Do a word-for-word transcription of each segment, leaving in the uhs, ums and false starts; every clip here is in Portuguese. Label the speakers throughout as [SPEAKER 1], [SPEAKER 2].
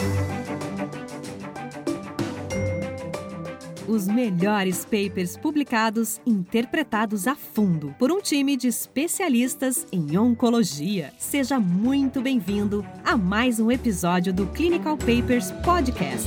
[SPEAKER 1] Os melhores papers publicados, interpretados a fundo por um time de especialistas em oncologia. Seja muito bem-vindo a mais um episódio do Clinical Papers Podcast.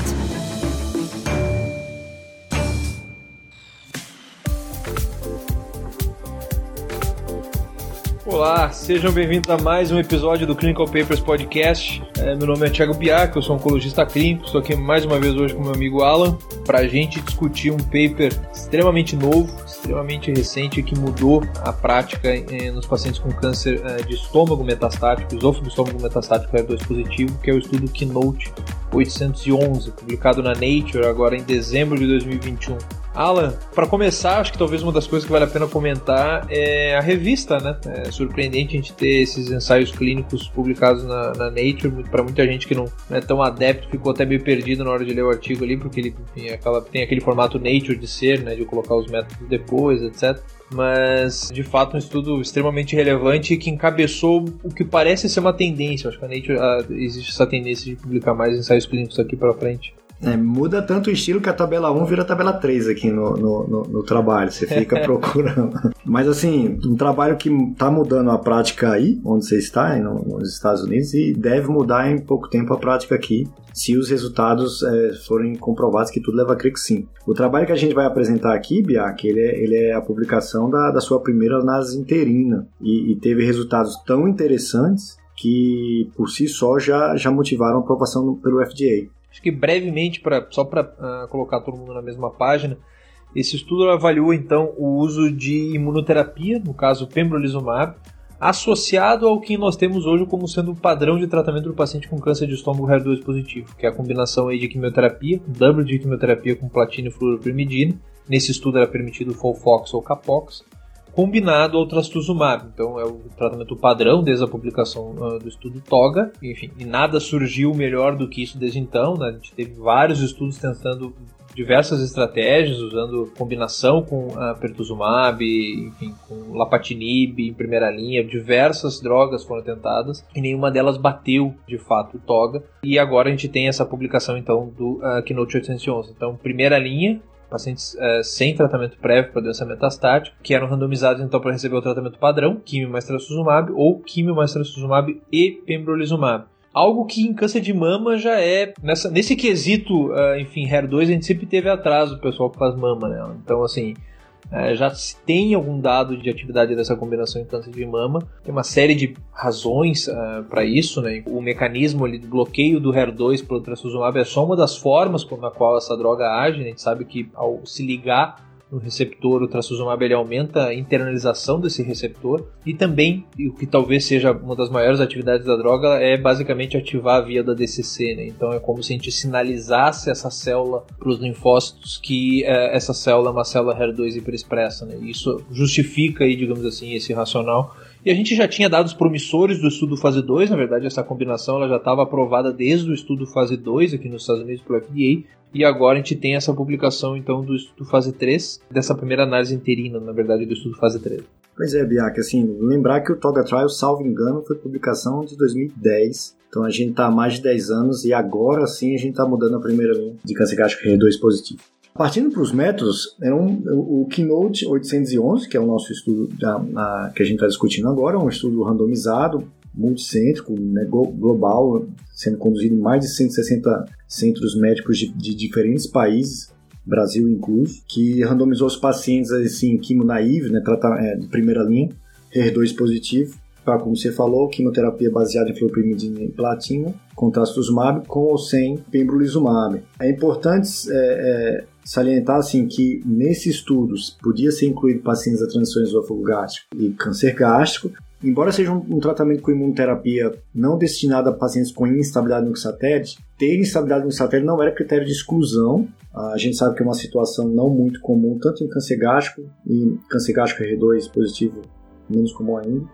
[SPEAKER 2] Olá, sejam bem-vindos a mais um episódio do Clinical Papers Podcast. É, meu nome é Thiago Biak, eu sou oncologista clínico, estou aqui mais uma vez hoje com meu amigo Alan para a gente discutir um paper extremamente novo, extremamente recente, que mudou a prática eh, nos pacientes com câncer eh, de estômago metastático, esôfago estômago metastático H E R dois positivo, que é o estudo Keynote oitocentos e onze, publicado na Nature agora em dezembro de dois mil e vinte e um. Alan, para começar, acho que talvez uma das coisas que vale a pena comentar é a revista, né? É surpreendente a gente ter esses ensaios clínicos publicados na, na Nature. Para muita gente que não é tão adepto, ficou até meio perdido na hora de ler o artigo ali, porque ele enfim, aquela, tem aquele formato Nature de ser, né? De colocar os métodos depois, etcétera. Mas, de fato, um estudo extremamente relevante que encabeçou o que parece ser uma tendência. Acho que a Nature, a, existe essa tendência de publicar mais ensaios clínicos aqui para frente.
[SPEAKER 3] É, muda tanto o estilo que a tabela um vira a tabela três aqui no, no, no, no trabalho, você fica procurando. Mas assim, um trabalho que está mudando a prática aí, onde você está, no, nos Estados Unidos, e deve mudar em pouco tempo a prática aqui, se os resultados é, forem comprovados, que tudo leva a crer que sim. O trabalho que a gente vai apresentar aqui, Biak, ele é, ele é a publicação da, da sua primeira análise interina, e, e teve resultados tão interessantes que por si só já, já motivaram a aprovação pelo F D A.
[SPEAKER 2] Acho que brevemente, pra, só para uh, colocar todo mundo na mesma página, esse estudo avaliou então o uso de imunoterapia, no caso pembrolizumab, associado ao que nós temos hoje como sendo o padrão de tratamento do paciente com câncer de estômago H E R dois positivo, que é a combinação aí de quimioterapia, dobro de quimioterapia com platina e fluoropyrimidina. Nesse estudo era permitido Folfox ou Capox, combinado ao trastuzumab. Então é o tratamento padrão desde a publicação uh, do estudo TOGA, enfim, e nada surgiu melhor do que isso desde então, né? A gente teve vários estudos tentando diversas estratégias, usando combinação com uh, pertuzumab, enfim, com lapatinib em primeira linha, diversas drogas foram tentadas e nenhuma delas bateu de fato o TOGA, e agora a gente tem essa publicação então do uh, Keynote oitocentos e onze. Então, primeira linha, pacientes uh, sem tratamento prévio para doença metastática, que eram randomizados então para receber o tratamento padrão, quimio mais trastuzumab, ou quimio mais trastuzumab e pembrolizumab. Algo que em câncer de mama já é, nessa, nesse quesito, uh, enfim, H E R dois, a gente sempre teve atraso, o pessoal que faz mama, né? Então, assim, uh, já se tem algum dado de atividade dessa combinação em câncer de mama. Tem uma série de razões uh, para isso, né? O mecanismo ali do bloqueio do H E R dois pelo trastuzumab é só uma das formas na qual essa droga age, né? A gente sabe que ao se ligar no receptor, o trastuzumab ele aumenta a internalização desse receptor, e também, o que talvez seja uma das maiores atividades da droga, é basicamente ativar a via da D C C, né? Então é como se a gente sinalizasse essa célula para os linfócitos que é, essa célula é uma célula H E R dois hiperexpressa, né? Isso justifica aí, digamos assim, esse racional. E a gente já tinha dados promissores do estudo fase dois, na verdade essa combinação ela já estava aprovada desde o estudo fase dois aqui nos Estados Unidos pelo F D A, e agora a gente tem essa publicação então do estudo fase três, dessa primeira análise interina, na verdade, do estudo fase três.
[SPEAKER 3] Pois é, Biak, assim, lembrar que o TOGA Trial, salvo engano, foi publicação de dois mil e dez, então a gente está há mais de dez anos e agora sim a gente está mudando a primeira linha de câncer gástrico H E R dois positivo. Partindo para os métodos, é um, o Keynote oitocentos e onze, que é o nosso estudo da, a, que a gente está discutindo agora, é um estudo randomizado, multicêntrico, né, global, sendo conduzido em mais de cento e sessenta centros médicos de, de diferentes países, Brasil incluso, que randomizou os pacientes assim, quimio-naive, né, é, de primeira linha, H E R dois positivo, para, como você falou, quimioterapia baseada em fluoropyrimidina e platina, com trastuzumab, com ou sem pembrolizumab. É importante é, é, salientar assim, que nesses estudos podia ser incluído pacientes da transição esôfago gástrico e câncer gástrico, embora seja um, um tratamento com imunoterapia não destinado a pacientes com instabilidade no satélite, ter instabilidade no satélite não era critério de exclusão. A gente sabe que é uma situação não muito comum, tanto em câncer gástrico e câncer gástrico H E R dois positivo, menos comum ainda,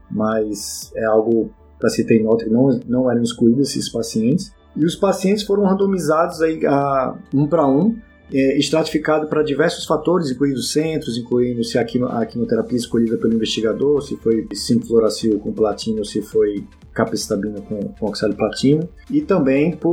[SPEAKER 3] mas é algo para se ter em nota que não, não eram excluídos esses pacientes. E os pacientes foram randomizados aí a um para um, é, estratificado para diversos fatores, incluindo centros, incluindo se a, quimio, a quimioterapia escolhida pelo investigador, se foi cinfluoracil com platina ou se foi capecitabina com, com oxaliplatina, e também por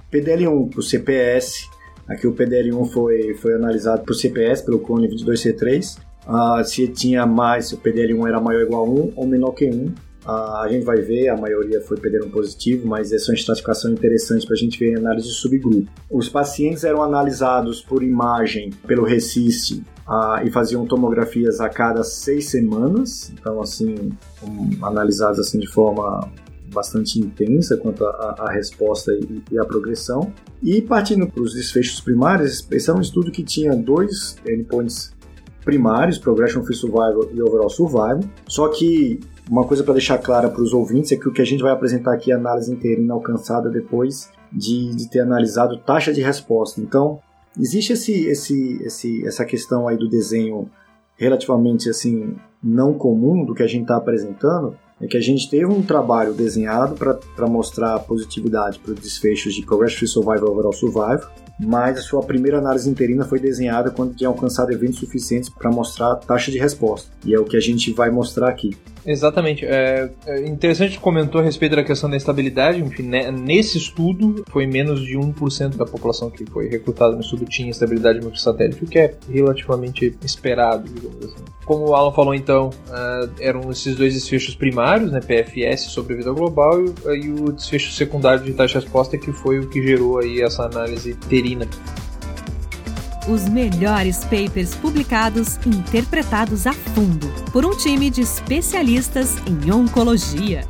[SPEAKER 3] P D L um para o C P S. Aqui o P D L um foi, foi analisado por C P S, pelo clone vinte e dois C três. Uh, se tinha mais, o P D L um era maior ou igual a um ou menor que um. Uh, a gente vai ver, a maioria foi P D L um positivo, mas essa é uma estratificação interessante para a gente ver em análise de subgrupo. Os pacientes eram analisados por imagem pelo RECIST uh, e faziam tomografias a cada seis semanas, então assim, um, analisados assim de forma bastante intensa quanto à resposta e, e à progressão. E partindo para os desfechos primários, esse é um estudo que tinha dois endpoints primários, Progression Free Survival e Overall Survival, só que uma coisa para deixar clara para os ouvintes é que o que a gente vai apresentar aqui é a análise interina alcançada depois de, de ter analisado taxa de resposta. Então, existe esse, esse, esse, essa questão aí do desenho relativamente assim, não comum do que a gente está apresentando, é que a gente teve um trabalho desenhado para mostrar a positividade para os desfechos de Progression Free Survival e Overall Survival, mas a sua primeira análise interina foi desenhada quando tinha alcançado eventos suficientes para mostrar a taxa de resposta. E é o que a gente vai mostrar aqui.
[SPEAKER 2] Exatamente. É, é interessante que comentou a respeito da questão da estabilidade. Enfim, né, nesse estudo foi menos de um por cento da população que foi recrutada no estudo tinha estabilidade multisatélite, o que é relativamente esperado, digamos assim. Como o Alan falou, então, uh, eram esses dois desfechos primários, né, P F S, sobrevida global, e, e o desfecho secundário de taxa de resposta, que foi o que gerou aí essa análise terina.
[SPEAKER 1] Os melhores papers publicados e interpretados a fundo por um time de especialistas em oncologia.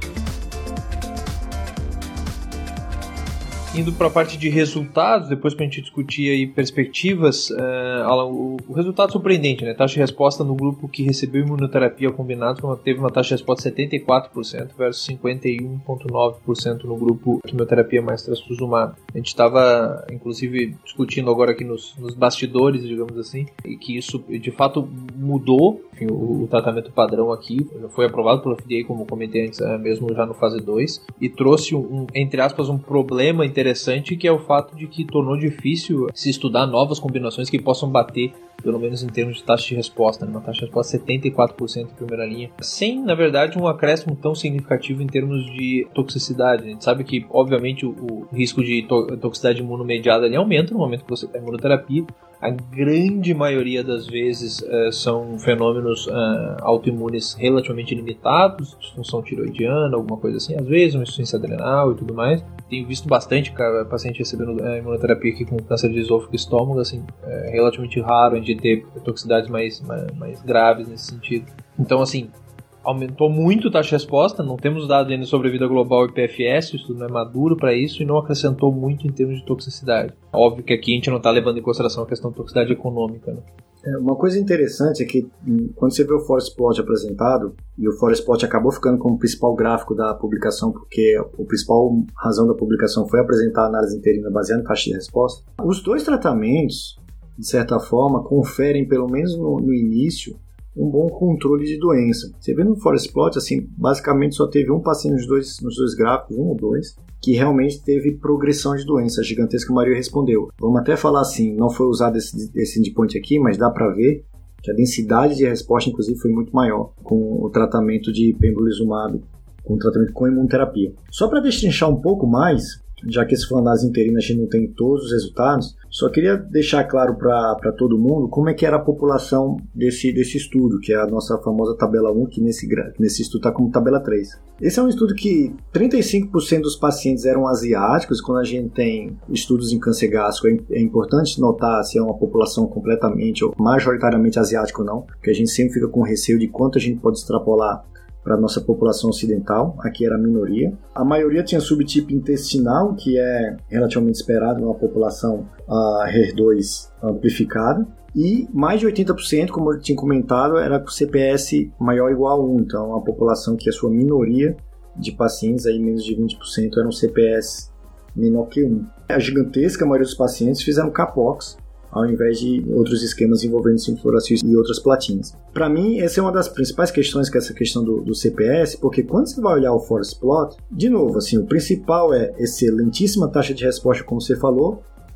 [SPEAKER 2] Indo para a parte de resultados, depois para a gente discutir aí perspectivas, uh, Alan, o, o resultado surpreendente, né? Taxa de resposta no grupo que recebeu imunoterapia combinada teve uma taxa de resposta de setenta e quatro por cento versus cinquenta e um vírgula nove por cento no grupo quimioterapia mais trastuzumab. A gente estava, inclusive, discutindo agora aqui nos, nos bastidores, digamos assim, e que isso de fato mudou. Enfim, o, o tratamento padrão aqui já foi aprovado pelo F D A, como comentei antes, mesmo já no fase dois, e trouxe, um, entre aspas, um problema interessante interessante, que é o fato de que tornou difícil se estudar novas combinações que possam bater, pelo menos em termos de taxa de resposta, né? Uma taxa de resposta de setenta e quatro por cento em primeira linha, sem, na verdade, um acréscimo tão significativo em termos de toxicidade. A gente sabe que, obviamente, o, o risco de to- toxicidade imunomediada ali aumenta no momento que você tem imunoterapia. A grande maioria das vezes uh, são fenômenos uh, autoimunes relativamente limitados, disfunção tiroidiana, alguma coisa assim, às vezes uma insuficiência adrenal e tudo mais. Tenho visto bastante cara, paciente recebendo uh, imunoterapia aqui com câncer de esôfago e estômago, assim, é relativamente raro a gente ter toxicidades mais, mais, mais graves nesse sentido. Então, assim, aumentou muito a taxa de resposta, não temos dados ainda sobre a vida global e P F S, o estudo não é maduro para isso, e não acrescentou muito em termos de toxicidade. Óbvio que aqui a gente não está levando em consideração a questão de toxicidade econômica, né?
[SPEAKER 3] É, uma coisa interessante é que quando você vê o Forest Plot apresentado, e o Forest Plot acabou ficando como principal gráfico da publicação, porque a principal razão da publicação foi apresentar a análise interina baseada em taxa de resposta, os dois tratamentos, de certa forma, conferem, pelo menos no, no início, um bom controle de doença. Você vê no Forest Plot, assim, basicamente só teve um paciente nos dois, nos dois gráficos, um ou dois, que realmente teve progressão de doença. A gigantesca maioria respondeu. Vamos até falar assim, não foi usado esse, esse endpoint aqui, mas dá para ver que a densidade de resposta, inclusive, foi muito maior com o tratamento de pembrolizumab, com o tratamento com imunoterapia. Só para destrinchar um pouco mais, já que esse foi uma análise interina, a gente não tem todos os resultados, só queria deixar claro para todo mundo como é que era a população desse, desse estudo, que é a nossa famosa tabela um, que nesse, nesse estudo está como tabela três. Esse é um estudo que trinta e cinco por cento dos pacientes eram asiáticos. Quando a gente tem estudos em câncer gástrico, é importante notar se é uma população completamente ou majoritariamente asiática ou não, porque a gente sempre fica com receio de quanto a gente pode extrapolar para a nossa população ocidental. Aqui era a minoria. A maioria tinha subtipo intestinal, que é relativamente esperado numa população uh, H E R dois amplificada. E mais de oitenta por cento, como eu tinha comentado, era com C P S maior ou igual a um. Então, uma população que a sua minoria de pacientes, aí menos de vinte por cento, eram C P S menor que um. A gigantesca maioria dos pacientes fizeram C A P O X, ao invés de outros esquemas envolvendo cinfloracil e outras platinas. Para mim, essa é uma das principais questões, que é essa questão do, do C P S, porque quando você vai olhar o Forest Plot, de novo, assim, o principal é excelentíssima taxa de resposta, como você falou,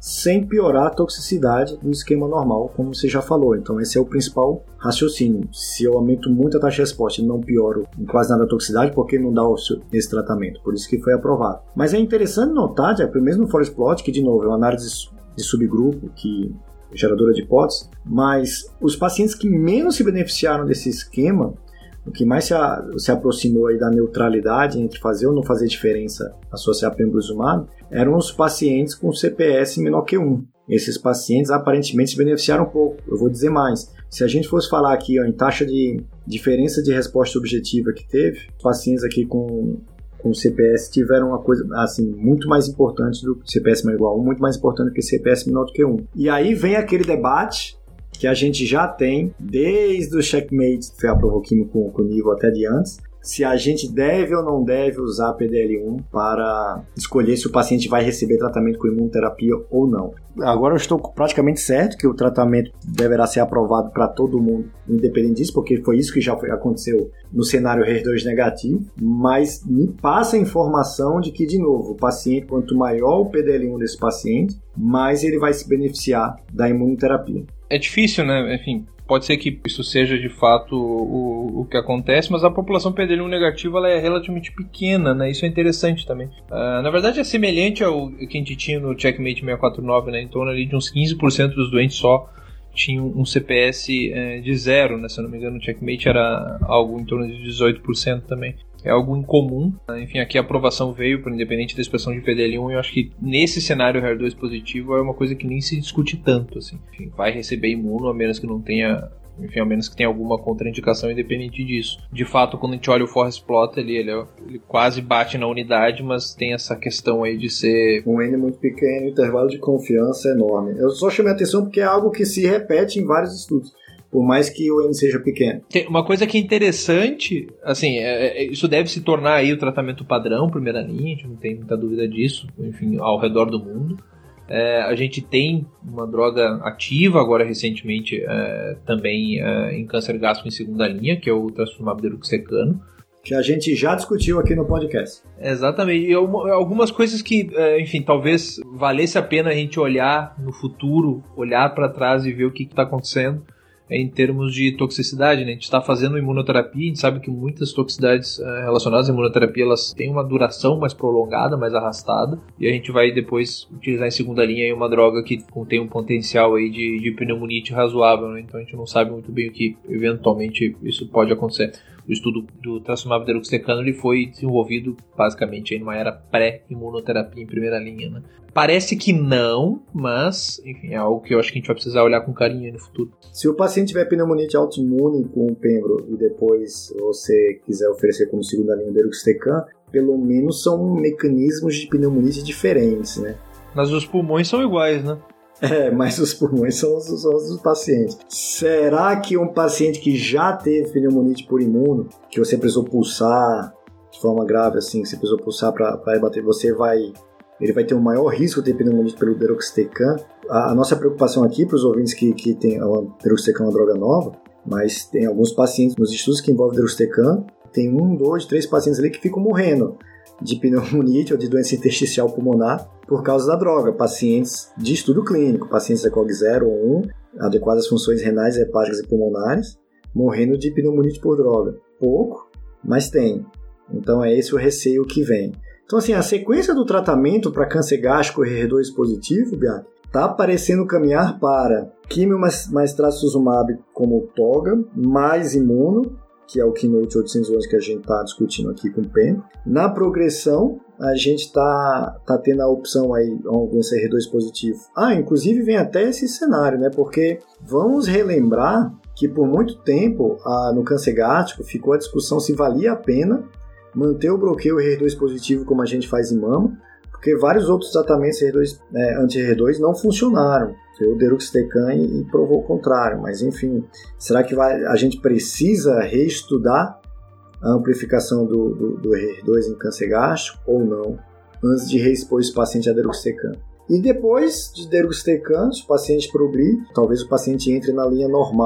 [SPEAKER 3] sem piorar a toxicidade do esquema normal, como você já falou. Então esse é o principal raciocínio. Se eu aumento muito a taxa de resposta e não pioro em quase nada a toxicidade, por que não dá esse tratamento? Por isso que foi aprovado. Mas é interessante notar, já, mesmo no Forest Plot, que de novo é uma análise de subgrupo, que geradora de hipóteses, mas os pacientes que menos se beneficiaram desse esquema, o que mais se, a, se aproximou aí da neutralidade entre fazer ou não fazer diferença associar pembrolizumab, eram os pacientes com C P S menor que um. Esses pacientes aparentemente se beneficiaram um pouco. Eu vou dizer mais. Se a gente fosse falar aqui ó, em taxa de diferença de resposta objetiva que teve, os pacientes aqui com, com C P S tiveram uma coisa assim, muito mais importante do que C P S menor ou igual a um, muito mais importante do que C P S menor do que um. E aí vem aquele debate que a gente já tem desde o checkmate que foi a Provoquímica com, com o nível até de antes, se a gente deve ou não deve usar P D L um para escolher se o paciente vai receber tratamento com imunoterapia ou não. Agora eu estou praticamente certo que o tratamento deverá ser aprovado para todo mundo, independente disso, porque foi isso que já foi, aconteceu no cenário R E R dois negativo, mas me passa a informação de que, de novo, o paciente, quanto maior o P D L um desse paciente, mais ele vai se beneficiar da imunoterapia.
[SPEAKER 2] É difícil, né? Enfim, pode ser que isso seja de fato o, o que acontece, mas a população P D L um negativa ela é relativamente pequena, né? Isso é interessante também. Uh, na verdade é semelhante ao que a gente tinha no Checkmate seiscentos e quarenta e nove, né? Em torno ali de uns quinze por cento dos doentes só tinham um C P S eh, de zero, né? Se eu não me engano, no Checkmate era algo em torno de dezoito por cento também. É algo incomum. Enfim, aqui a aprovação veio para independente da expressão de P D L um e eu acho que nesse cenário R E R dois positivo é uma coisa que nem se discute tanto, assim. Enfim, vai receber imuno a menos que não tenha, enfim, a menos que tenha alguma contraindicação independente disso. De fato, quando a gente olha o Forest Plot, ele, ele, ele quase bate na unidade, mas tem essa questão aí de ser...
[SPEAKER 3] Um N muito pequeno, intervalo de confiança enorme. Eu só chamei a atenção porque é algo que se repete em vários estudos, por mais que o N seja pequeno.
[SPEAKER 2] Tem uma coisa que é interessante, assim, é, é, isso deve se tornar aí o tratamento padrão, primeira linha, a gente não tem muita dúvida disso, enfim, ao redor do mundo. É, a gente tem uma droga ativa agora recentemente é, também é, em câncer gástrico em segunda linha, que é o trastuzumab deruxtecano,
[SPEAKER 3] que a gente já discutiu aqui no podcast.
[SPEAKER 2] Exatamente, e algumas coisas que, enfim, talvez valesse a pena a gente olhar no futuro, olhar para trás e ver o que está acontecendo em termos de toxicidade, né? A gente está fazendo imunoterapia, a gente sabe que muitas toxicidades uh, relacionadas à imunoterapia elas têm uma duração mais prolongada, mais arrastada, e a gente vai depois utilizar em segunda linha aí uma droga que tem um potencial aí de, de pneumonite razoável, né? Então a gente não sabe muito bem o que eventualmente isso pode acontecer. O estudo do trastuzumab deruxtecano ele foi desenvolvido basicamente aí numa era pré-imunoterapia em primeira linha, né? Parece que não, mas enfim, é algo que eu acho que a gente vai precisar olhar com carinho aí no futuro.
[SPEAKER 3] Se o paciente tiver pneumonite autoimune com o pembro e depois você quiser oferecer como segunda linha deruxtecan, pelo menos são mecanismos de pneumonite diferentes, né?
[SPEAKER 2] Mas os pulmões são iguais, né?
[SPEAKER 3] É, mas os pulmões são os, são os dos pacientes. Será que um paciente que já teve pneumonite por imuno, que você precisou pulsar de forma grave, assim, que você precisou pulsar para bater, você vai, ele vai ter um maior risco de ter pneumonite pelo deruxtecan? A, a nossa preocupação aqui para os ouvintes que, que tem a deruxtecan é uma droga nova, mas tem alguns pacientes nos estudos que envolvem deruxtecan, tem um, dois, três pacientes ali que ficam morrendo de pneumonite ou de doença intersticial pulmonar por causa da droga. Pacientes de estudo clínico, pacientes E C O G zero ou um, adequadas funções renais, hepáticas e pulmonares, morrendo de pneumonite por droga. Pouco, mas tem. Então é esse o receio que vem. Então assim, a sequência do tratamento para câncer gástrico R E R dois positivo, Bianca, está parecendo caminhar para quimio mais, mais trastuzumab como toga, mais imuno, que é o Keynote oitocentos e onze que a gente está discutindo aqui com o P E M. Na progressão, a gente está tá tendo a opção aí, alguns R E R dois positivo. Ah, inclusive vem até esse cenário, né? Porque vamos relembrar que por muito tempo ah, no câncer gástrico ficou a discussão se valia a pena manter o bloqueio R E R dois positivo como a gente faz em mama, porque vários outros tratamentos R E R dois, é, anti-R E R dois não funcionaram. O deruxtecan e provou o contrário, mas enfim, será que vai, a gente precisa reestudar a amplificação do, do, do R E R dois em câncer gástrico ou não, antes de reexpor esse paciente a deruxtecan? E depois de deruxtecan, se o paciente progredir, talvez o paciente entre na linha normal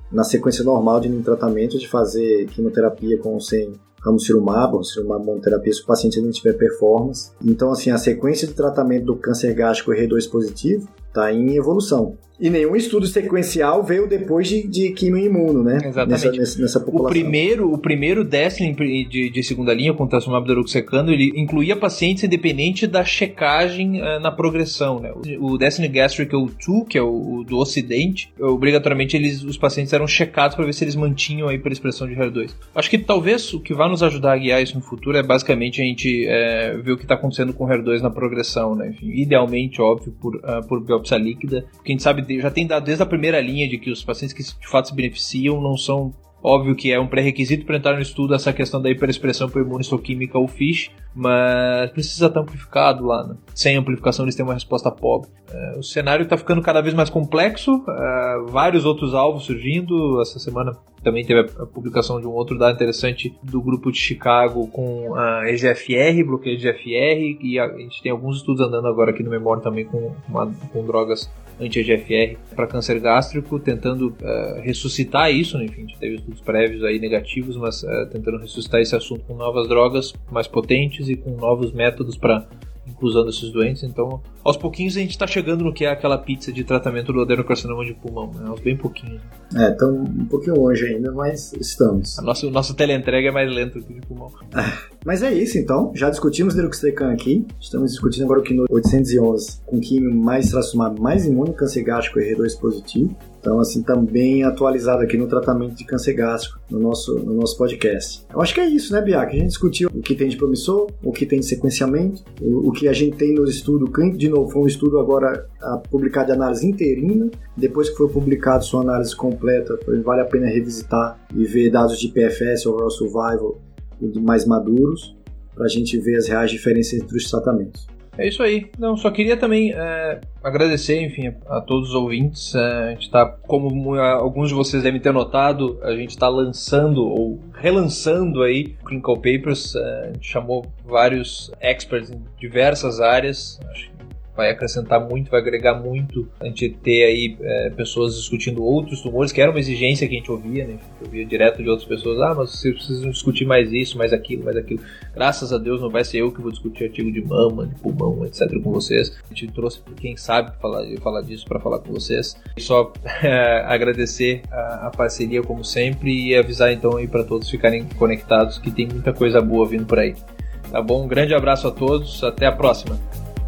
[SPEAKER 3] na sequência normal de tratamento, de fazer quimioterapia com sem ramucirumab, ou ramucirumab monoterapia, se o paciente não tiver performance. Então, assim, a sequência de tratamento do câncer gástrico R dois positivo está em evolução. E nenhum estudo sequencial veio depois de, de quimioimuno, né?
[SPEAKER 2] Exatamente.
[SPEAKER 3] Nessa, nessa população.
[SPEAKER 2] O primeiro, o primeiro Destiny de, de segunda linha com trastuzumab deruxtecan, ele incluía pacientes independente da checagem uh, na progressão, né? O, o Destiny Gastric dois, que é o, o do ocidente, obrigatoriamente eles, os pacientes eram checados para ver se eles mantinham a hiperexpressão de H E R dois. Acho que talvez o que vai nos ajudar a guiar isso no futuro é basicamente a gente é, ver o que está acontecendo com o H E R dois na progressão, né? Enfim, idealmente, óbvio, por, uh, por biópsia líquida, porque a gente sabe já tem dado desde a primeira linha de que os pacientes que de fato se beneficiam não são, óbvio que é um pré-requisito para entrar no estudo essa questão da hiperexpressão por imunistoquímica ou FISH, mas precisa estar amplificado lá, né? Sem amplificação eles têm uma resposta pobre. É, o cenário está ficando cada vez mais complexo, é, vários outros alvos surgindo. Essa semana também teve a, a publicação de um outro dado interessante do grupo de Chicago com a E G F R, bloqueio de E G F R, e a, a gente tem alguns estudos andando agora aqui no Memória também com, uma, com drogas anti-E G F R para câncer gástrico, tentando uh, ressuscitar isso, né? Enfim, a gente teve estudos prévios aí negativos, mas uh, tentando ressuscitar esse assunto com novas drogas mais potentes e com novos métodos para inclusão desses doentes. Então, aos pouquinhos a gente está chegando no que é aquela pizza de tratamento do adenocarcinoma de pulmão, né? Aos bem pouquinhos.
[SPEAKER 3] É, estamos um pouquinho longe ainda, mas estamos.
[SPEAKER 2] A nossa, o nosso teleentrega é mais lento que o de pulmão.
[SPEAKER 3] Mas é isso, então. Já discutimos deruxtecan aqui. Estamos discutindo agora o quino oitocentos e onze com químio mais trastuzumab mais imune, câncer gástrico R dois positivo. Então, assim, também atualizado aqui no tratamento de câncer gástrico no nosso, no nosso podcast. Eu acho que é isso, né, Biak? A gente discutiu o que tem de promissor, o que tem de sequenciamento, o, o que a gente tem no estudo clínico. De novo, foi um estudo agora a, publicado de análise interina. Depois que foi publicado sua análise completa, vale a pena revisitar e ver dados de P F S, overall survival, e mais maduros, para a gente ver as reais diferenças entre os tratamentos.
[SPEAKER 2] É isso aí. Não, só queria também é, agradecer, enfim, a, a todos os ouvintes. É, a gente está, como alguns de vocês devem ter notado, a gente está lançando ou relançando aí Clinical Papers. É, a gente chamou vários experts em diversas áreas. Acho que vai acrescentar muito, vai agregar muito a gente ter aí é, pessoas discutindo outros tumores, que era uma exigência que a gente ouvia, né? A gente ouvia direto de outras pessoas, ah, mas vocês precisam discutir mais isso, mais aquilo, mais aquilo. Graças a Deus não vai ser eu que vou discutir artigo de mama, de pulmão, etcétera com vocês. A gente trouxe quem sabe falar, falar disso para falar com vocês. E só é, agradecer a, a parceria como sempre e avisar então aí para todos ficarem conectados que tem muita coisa boa vindo por aí. Tá bom? Um grande abraço a todos, até a próxima.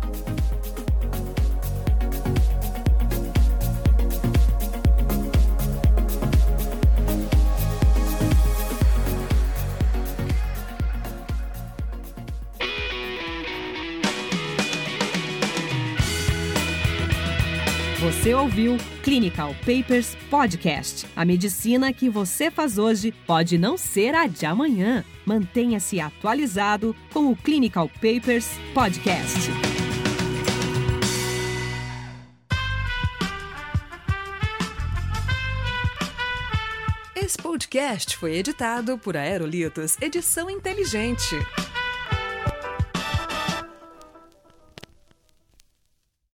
[SPEAKER 1] Você ouviu Clinical Papers Podcast. A medicina que você faz hoje pode não ser a de amanhã. Mantenha-se atualizado com o Clinical Papers Podcast.
[SPEAKER 4] Esse podcast foi editado por Aerolitos Edição Inteligente.